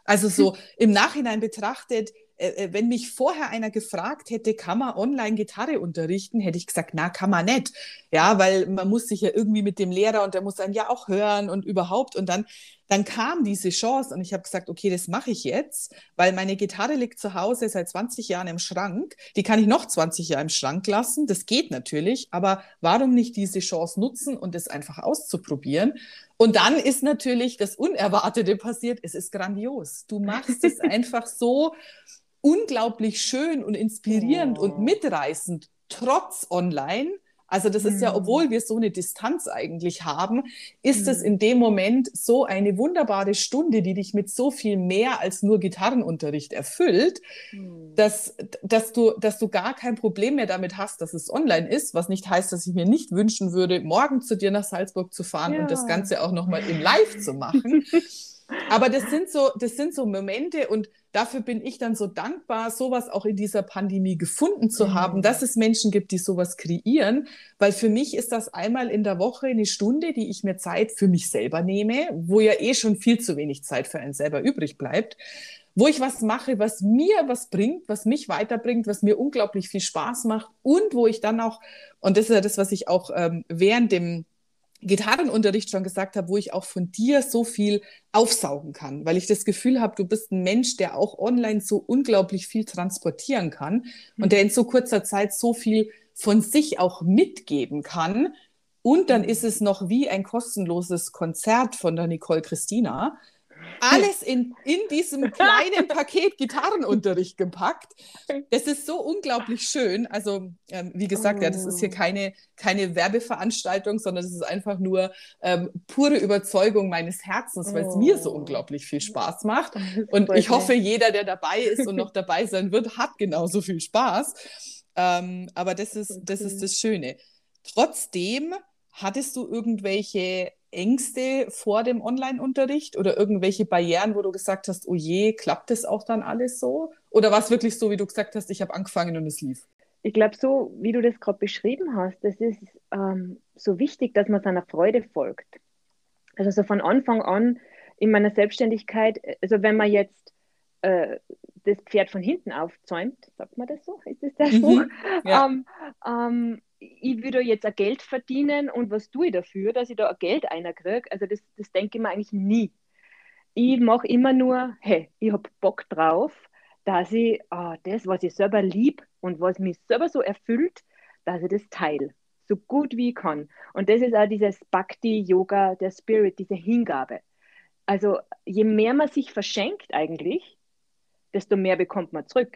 Also so im Nachhinein betrachtet, äh, wenn mich vorher einer gefragt hätte, kann man online Gitarre unterrichten, hätte ich gesagt, na, kann man nicht. Ja, weil man muss sich ja irgendwie mit dem Lehrer und der muss einen ja auch hören und überhaupt. Und dann, dann kam diese Chance und ich habe gesagt, okay, das mache ich jetzt, weil meine Gitarre liegt zu Hause seit zwanzig Jahren im Schrank. Die kann ich noch zwanzig Jahre im Schrank lassen. Das geht natürlich, aber warum nicht diese Chance nutzen und es einfach auszuprobieren? Und dann ist natürlich das Unerwartete passiert. Es ist grandios. Du machst es einfach so unglaublich schön und inspirierend Oh. und mitreißend, trotz online. Also das ist ja, obwohl wir so eine Distanz eigentlich haben, ist es in dem Moment so eine wunderbare Stunde, die dich mit so viel mehr als nur Gitarrenunterricht erfüllt, dass, dass, du, dass du gar kein Problem mehr damit hast, dass es online ist, was nicht heißt, dass ich mir nicht wünschen würde, morgen zu dir nach Salzburg zu fahren Ja. und das Ganze auch nochmal in Live zu machen. Aber das sind so, das sind so Momente und dafür bin ich dann so dankbar, sowas auch in dieser Pandemie gefunden zu Mhm. haben, dass es Menschen gibt, die sowas kreieren, weil für mich ist das einmal in der Woche eine Stunde, die ich mir Zeit für mich selber nehme, wo ja eh schon viel zu wenig Zeit für einen selber übrig bleibt, wo ich was mache, was mir was bringt, was mich weiterbringt, was mir unglaublich viel Spaß macht und wo ich dann auch, und das ist ja das, was ich auch ähm, während dem Gitarrenunterricht schon gesagt habe, wo ich auch von dir so viel aufsaugen kann, weil ich das Gefühl habe, du bist ein Mensch, der auch online so unglaublich viel transportieren kann und der in so kurzer Zeit so viel von sich auch mitgeben kann. Und dann ist es noch wie ein kostenloses Konzert von der Nicole Christina. Alles in, in diesem kleinen Paket Gitarrenunterricht gepackt. Das ist so unglaublich schön. Also, ähm, wie gesagt, oh. ja, das ist hier keine, keine Werbeveranstaltung, sondern es ist einfach nur ähm, pure Überzeugung meines Herzens, weil es oh. mir so unglaublich viel Spaß macht. Und ich hoffe, jeder, der dabei ist und noch dabei sein wird, hat genauso viel Spaß. Ähm, aber das ist, das ist das Schöne. Trotzdem hattest du irgendwelche Ängste vor dem Online-Unterricht oder irgendwelche Barrieren, wo du gesagt hast, oh je, klappt das auch dann alles so? Oder war es wirklich so, wie du gesagt hast, ich habe angefangen und es lief? Ich glaube, so wie du das gerade beschrieben hast, das ist ähm, so wichtig, dass man seiner Freude folgt. Also so von Anfang an in meiner Selbstständigkeit, also wenn man jetzt äh, das Pferd von hinten aufzäumt, sagt man das so? Ist das der Spruch? Mhm, ja. ähm, ähm, ich würde jetzt ein Geld verdienen und was tue ich dafür, dass ich da ein Geld einkriege? Also das, das denke ich mir eigentlich nie. Ich mache immer nur, hey, ich habe Bock drauf, dass ich oh, das, was ich selber lieb und was mich selber so erfüllt, dass ich das teile, so gut wie ich kann. Und das ist auch dieses Bhakti-Yoga, der Spirit, diese Hingabe. Also je mehr man sich verschenkt eigentlich, desto mehr bekommt man zurück.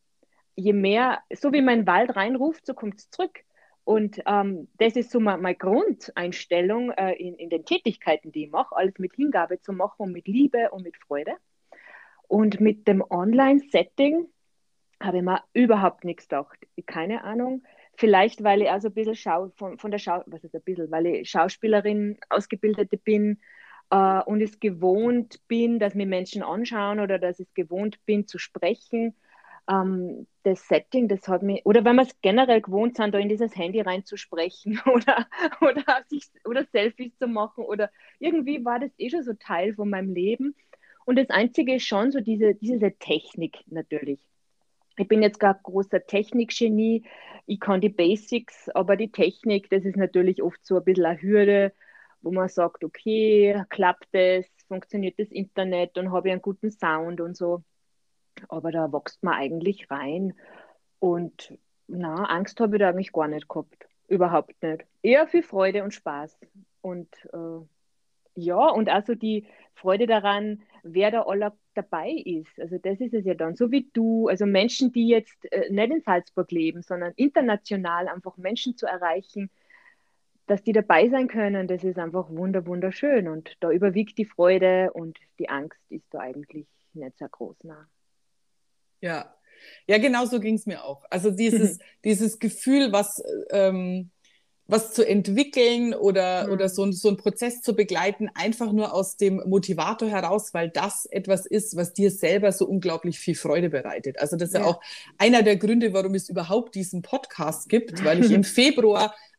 Je mehr, so wie man in den Wald reinruft, so kommt es zurück. Und ähm, das ist so meine, meine Grundeinstellung äh, in, in den Tätigkeiten, die ich mache, alles mit Hingabe zu machen und mit Liebe und mit Freude. Und mit dem Online-Setting habe ich mir überhaupt nichts gedacht. Keine Ahnung. Vielleicht, weil ich also ein bisschen Schau, von, von der Schau, was ist ein bisschen, weil ich Schauspielerin, Ausgebildete bin äh, und es gewohnt bin, dass mir Menschen anschauen oder dass ich es gewohnt bin zu sprechen. Um, das Setting, das hat mich, oder wenn wir es generell gewohnt sind, da in dieses Handy reinzusprechen oder, oder, sich, oder Selfies zu machen oder irgendwie war das eh schon so Teil von meinem Leben. Und das Einzige ist schon so diese, diese Technik natürlich. Ich bin jetzt gar großer Technikgenie, ich kann die Basics, aber die Technik, das ist natürlich oft so ein bisschen eine Hürde, wo man sagt, okay, klappt das, funktioniert das Internet und habe ich einen guten Sound und so. Aber da wächst man eigentlich rein und na, Angst habe ich da eigentlich gar nicht gehabt. Überhaupt nicht. Eher viel Freude und Spaß. Und äh, ja, und also die Freude daran, wer da aller dabei ist. Also das ist es ja dann. So wie du, also Menschen, die jetzt äh, nicht in Salzburg leben, sondern international einfach Menschen zu erreichen, dass die dabei sein können, das ist einfach wunder, wunderschön. Und da überwiegt die Freude und die Angst ist da eigentlich nicht sehr groß. Nah. Ja, ja, genau so ging es mir auch. Also dieses, dieses Gefühl, was, ähm, was zu entwickeln oder, mhm. oder so, so einen Prozess zu begleiten, einfach nur aus dem Motivator heraus, weil das etwas ist, was dir selber so unglaublich viel Freude bereitet. Also das ist ja, ja auch einer der Gründe, warum es überhaupt diesen Podcast gibt, weil ich im Februar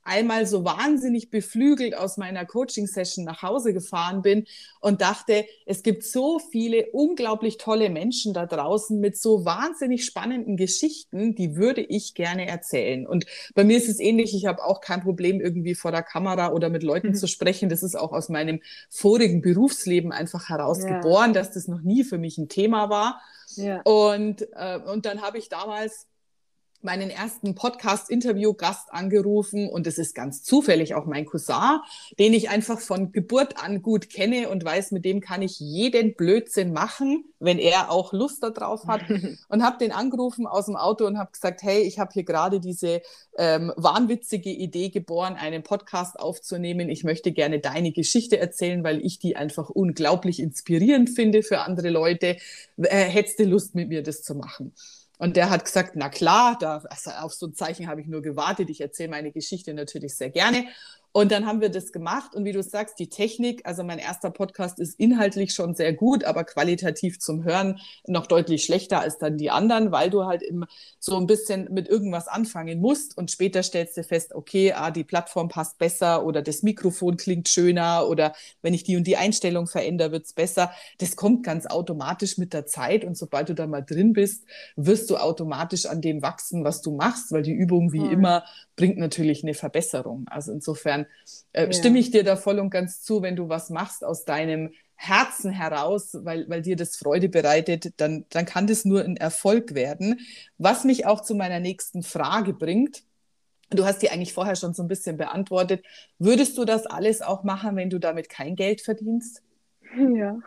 einmal so wahnsinnig beflügelt aus meiner Coaching-Session nach Hause gefahren bin und dachte, es gibt so viele unglaublich tolle Menschen da draußen mit so wahnsinnig spannenden Geschichten, die würde ich gerne erzählen. Und bei mir ist es ähnlich, ich habe auch kein Problem, irgendwie vor der Kamera oder mit Leuten zu sprechen. Das ist auch aus meinem vorigen Berufsleben einfach Ja, herausgeboren, dass das noch nie für mich ein Thema war. ja. Und, äh, und dann habe ich damals meinen ersten Podcast-Interview-Gast angerufen und es ist ganz zufällig auch mein Cousin, den ich einfach von Geburt an gut kenne und weiß, mit dem kann ich jeden Blödsinn machen, wenn er auch Lust darauf hat, und habe den angerufen aus dem Auto und habe gesagt, hey, ich habe hier gerade diese ähm, wahnwitzige Idee geboren, einen Podcast aufzunehmen. Ich möchte gerne deine Geschichte erzählen, weil ich die einfach unglaublich inspirierend finde für andere Leute. Äh, hättest du Lust, mit mir das zu machen? Und der hat gesagt, na klar, da, also auf so ein Zeichen habe ich nur gewartet. Ich erzähle meine Geschichte natürlich sehr gerne. Und dann haben wir das gemacht. Und wie du sagst, die Technik, also mein erster Podcast ist inhaltlich schon sehr gut, aber qualitativ zum Hören noch deutlich schlechter als dann die anderen, weil du halt immer so ein bisschen mit irgendwas anfangen musst. Und später stellst du fest, okay, ah, die Plattform passt besser oder das Mikrofon klingt schöner oder wenn ich die und die Einstellung verändere, wird es besser. Das kommt ganz automatisch mit der Zeit. Und sobald du da mal drin bist, wirst du automatisch an dem wachsen, was du machst, weil die Übung wie Voll. immer bringt natürlich eine Verbesserung. Also insofern äh, stimme Ja. ich dir da voll und ganz zu, wenn du was machst aus deinem Herzen heraus, weil, weil dir das Freude bereitet, dann, dann kann das nur ein Erfolg werden. Was mich auch zu meiner nächsten Frage bringt, du hast die eigentlich vorher schon so ein bisschen beantwortet, würdest du das alles auch machen, wenn du damit kein Geld verdienst? Ja,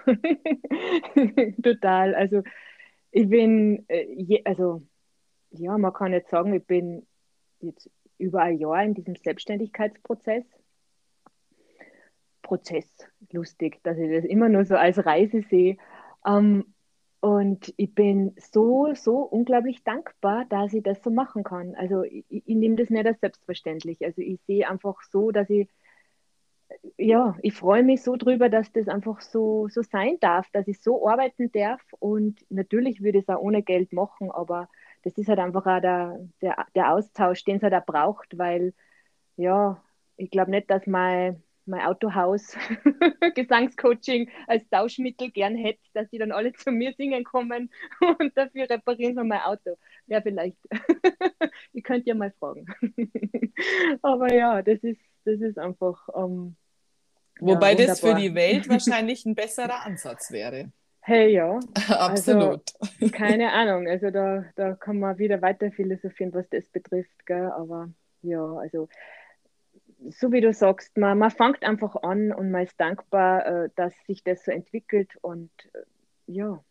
total. Also ich bin, äh, je, also ja, man kann jetzt sagen, ich bin jetzt über ein Jahr in diesem Selbstständigkeitsprozess. Prozess, lustig, dass ich das immer nur so als Reise sehe. Ähm, und ich bin so, so unglaublich dankbar, dass ich das so machen kann. Also ich, ich nehme das nicht als selbstverständlich. Also ich sehe einfach so, dass ich, ja, ich freue mich so drüber, dass das einfach so, so sein darf, dass ich so arbeiten darf. Und natürlich würde ich es auch ohne Geld machen, aber das ist halt einfach auch der, der, der Austausch, den es halt auch braucht, weil, ja, ich glaube nicht, dass mein, mein Autohaus Gesangscoaching als Tauschmittel gern hätte, dass die dann alle zu mir singen kommen und dafür reparieren sie mein Auto. Ja, vielleicht. Ich könnte ja mal fragen. Aber ja, das ist, das ist einfach ähm, ja, Wobei das für wunderbar. die Welt wahrscheinlich ein besserer Ansatz wäre. Hey, ja, also Absolut. keine Ahnung. Also da, da kann man wieder weiter philosophieren, was das betrifft, gell? Aber ja, also so wie du sagst, man, man fängt einfach an und man ist dankbar, äh, dass sich das so entwickelt und äh, ja,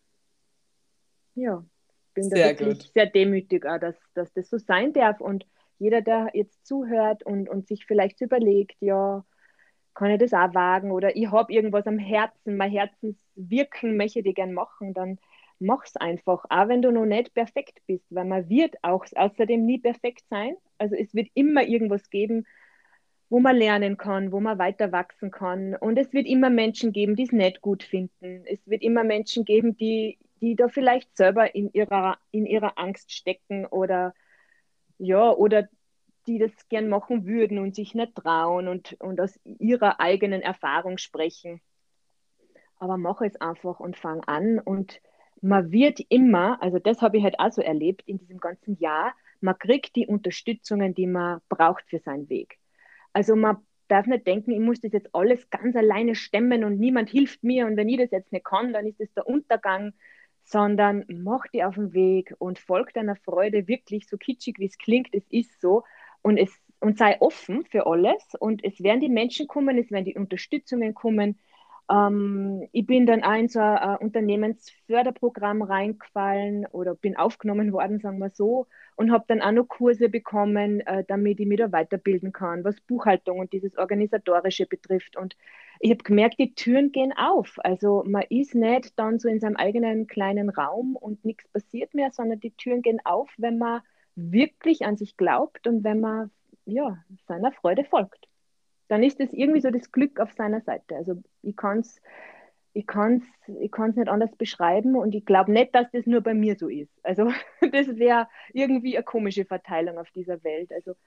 ja, bin da Sehr wirklich gut. sehr demütig, auch, dass, dass das so sein darf und jeder, der jetzt zuhört und, und sich vielleicht so überlegt, ja, kann ich das auch wagen oder ich habe irgendwas am Herzen, mein Herzenswirken möchte ich gern machen, dann mach's einfach, auch wenn du noch nicht perfekt bist, weil man wird auch außerdem nie perfekt sein. Also es wird immer irgendwas geben, wo man lernen kann, wo man weiter wachsen kann. Und es wird immer Menschen geben, die es nicht gut finden. Es wird immer Menschen geben, die, die da vielleicht selber in ihrer, in ihrer Angst stecken oder ja, oder die das gern machen würden und sich nicht trauen und, und aus ihrer eigenen Erfahrung sprechen. Aber mach es einfach und fang an. Und man wird immer, also das habe ich halt auch so erlebt in diesem ganzen Jahr, man kriegt die Unterstützungen, die man braucht für seinen Weg. Also man darf nicht denken, ich muss das jetzt alles ganz alleine stemmen und niemand hilft mir und wenn ich das jetzt nicht kann, dann ist das der Untergang, sondern mach dich auf den Weg und folg deiner Freude wirklich, so kitschig wie es klingt, es ist so und, es, und sei offen für alles und es werden die Menschen kommen, es werden die Unterstützungen kommen. Ähm, ich bin dann auch in so ein Unternehmensförderprogramm reingefallen oder bin aufgenommen worden, sagen wir so, und habe dann auch noch Kurse bekommen, äh, damit ich mich da weiterbilden kann, was Buchhaltung und dieses Organisatorische betrifft. Und ich habe gemerkt, die Türen gehen auf. Also man ist nicht dann so in seinem eigenen kleinen Raum und nichts passiert mehr, sondern die Türen gehen auf, wenn man wirklich an sich glaubt und wenn man ja, seiner Freude folgt. Dann ist es irgendwie so das Glück auf seiner Seite. Also ich kann es ich kann's, ich kann's nicht anders beschreiben und ich glaube nicht, dass das nur bei mir so ist. Also das wäre irgendwie eine komische Verteilung auf dieser Welt. Also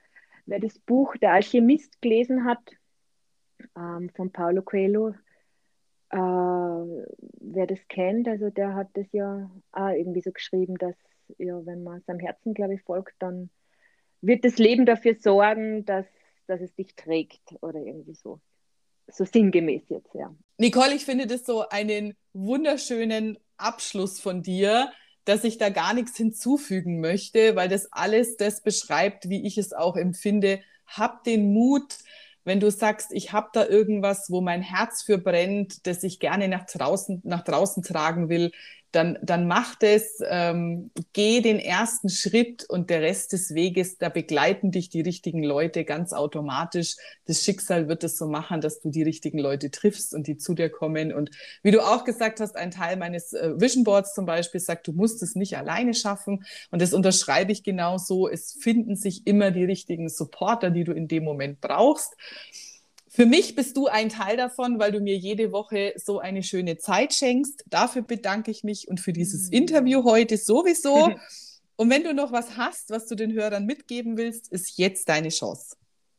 Wer das Buch Der Alchemist gelesen hat, ähm, von Paulo Coelho, äh, wer das kennt, also der hat das ja auch irgendwie so geschrieben, dass ja, wenn man seinem Herzen, glaube ich, folgt, dann wird das Leben dafür sorgen, dass, dass es dich trägt oder irgendwie so. So sinngemäß jetzt, ja. Nicole, ich finde das so einen wunderschönen Abschluss von dir, dass ich da gar nichts hinzufügen möchte, weil das alles das beschreibt, wie ich es auch empfinde. Hab den Mut, wenn du sagst, ich habe da irgendwas, wo mein Herz für brennt, das ich gerne nach draußen, nach draußen tragen will, dann, dann mach das, ähm, geh den ersten Schritt und der Rest des Weges, da begleiten dich die richtigen Leute ganz automatisch. Das Schicksal wird es so machen, dass du die richtigen Leute triffst und die zu dir kommen. Und wie du auch gesagt hast, ein Teil meines äh, Vision Boards zum Beispiel sagt, du musst es nicht alleine schaffen. Und das unterschreibe ich genauso. Es finden sich immer die richtigen Supporter, die du in dem Moment brauchst. Für mich bist du ein Teil davon, weil du mir jede Woche so eine schöne Zeit schenkst. Dafür bedanke ich mich und für dieses Interview heute sowieso. Und wenn du noch was hast, was du den Hörern mitgeben willst, ist jetzt deine Chance.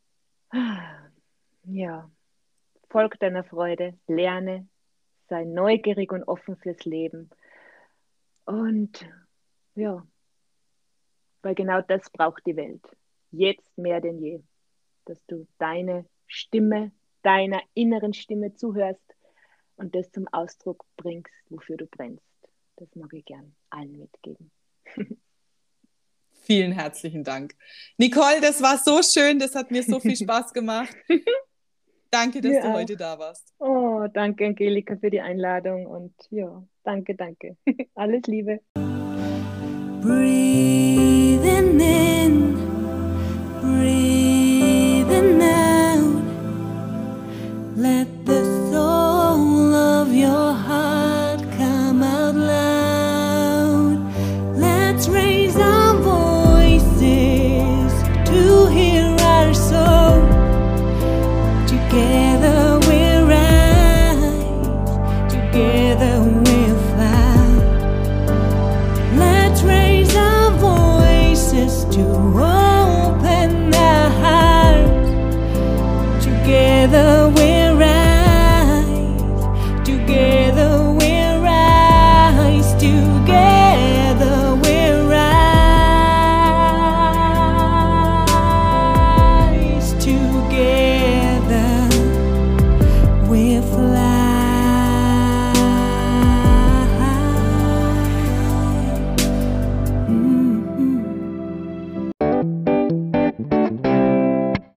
Ja, folg deiner Freude, lerne, sei neugierig und offen fürs Leben. Und ja, weil genau das braucht die Welt. Jetzt mehr denn je. Dass du deine Stimme, deiner inneren Stimme zuhörst und das zum Ausdruck bringst, wofür du brennst. Das mag ich gern allen mitgeben. Vielen herzlichen Dank. Nicole, das war so schön, das hat mir so viel Spaß gemacht. Danke, dass Mir du auch. heute da warst. Oh, danke Angelika für die Einladung und ja, danke, danke. Alles Liebe. Breathe.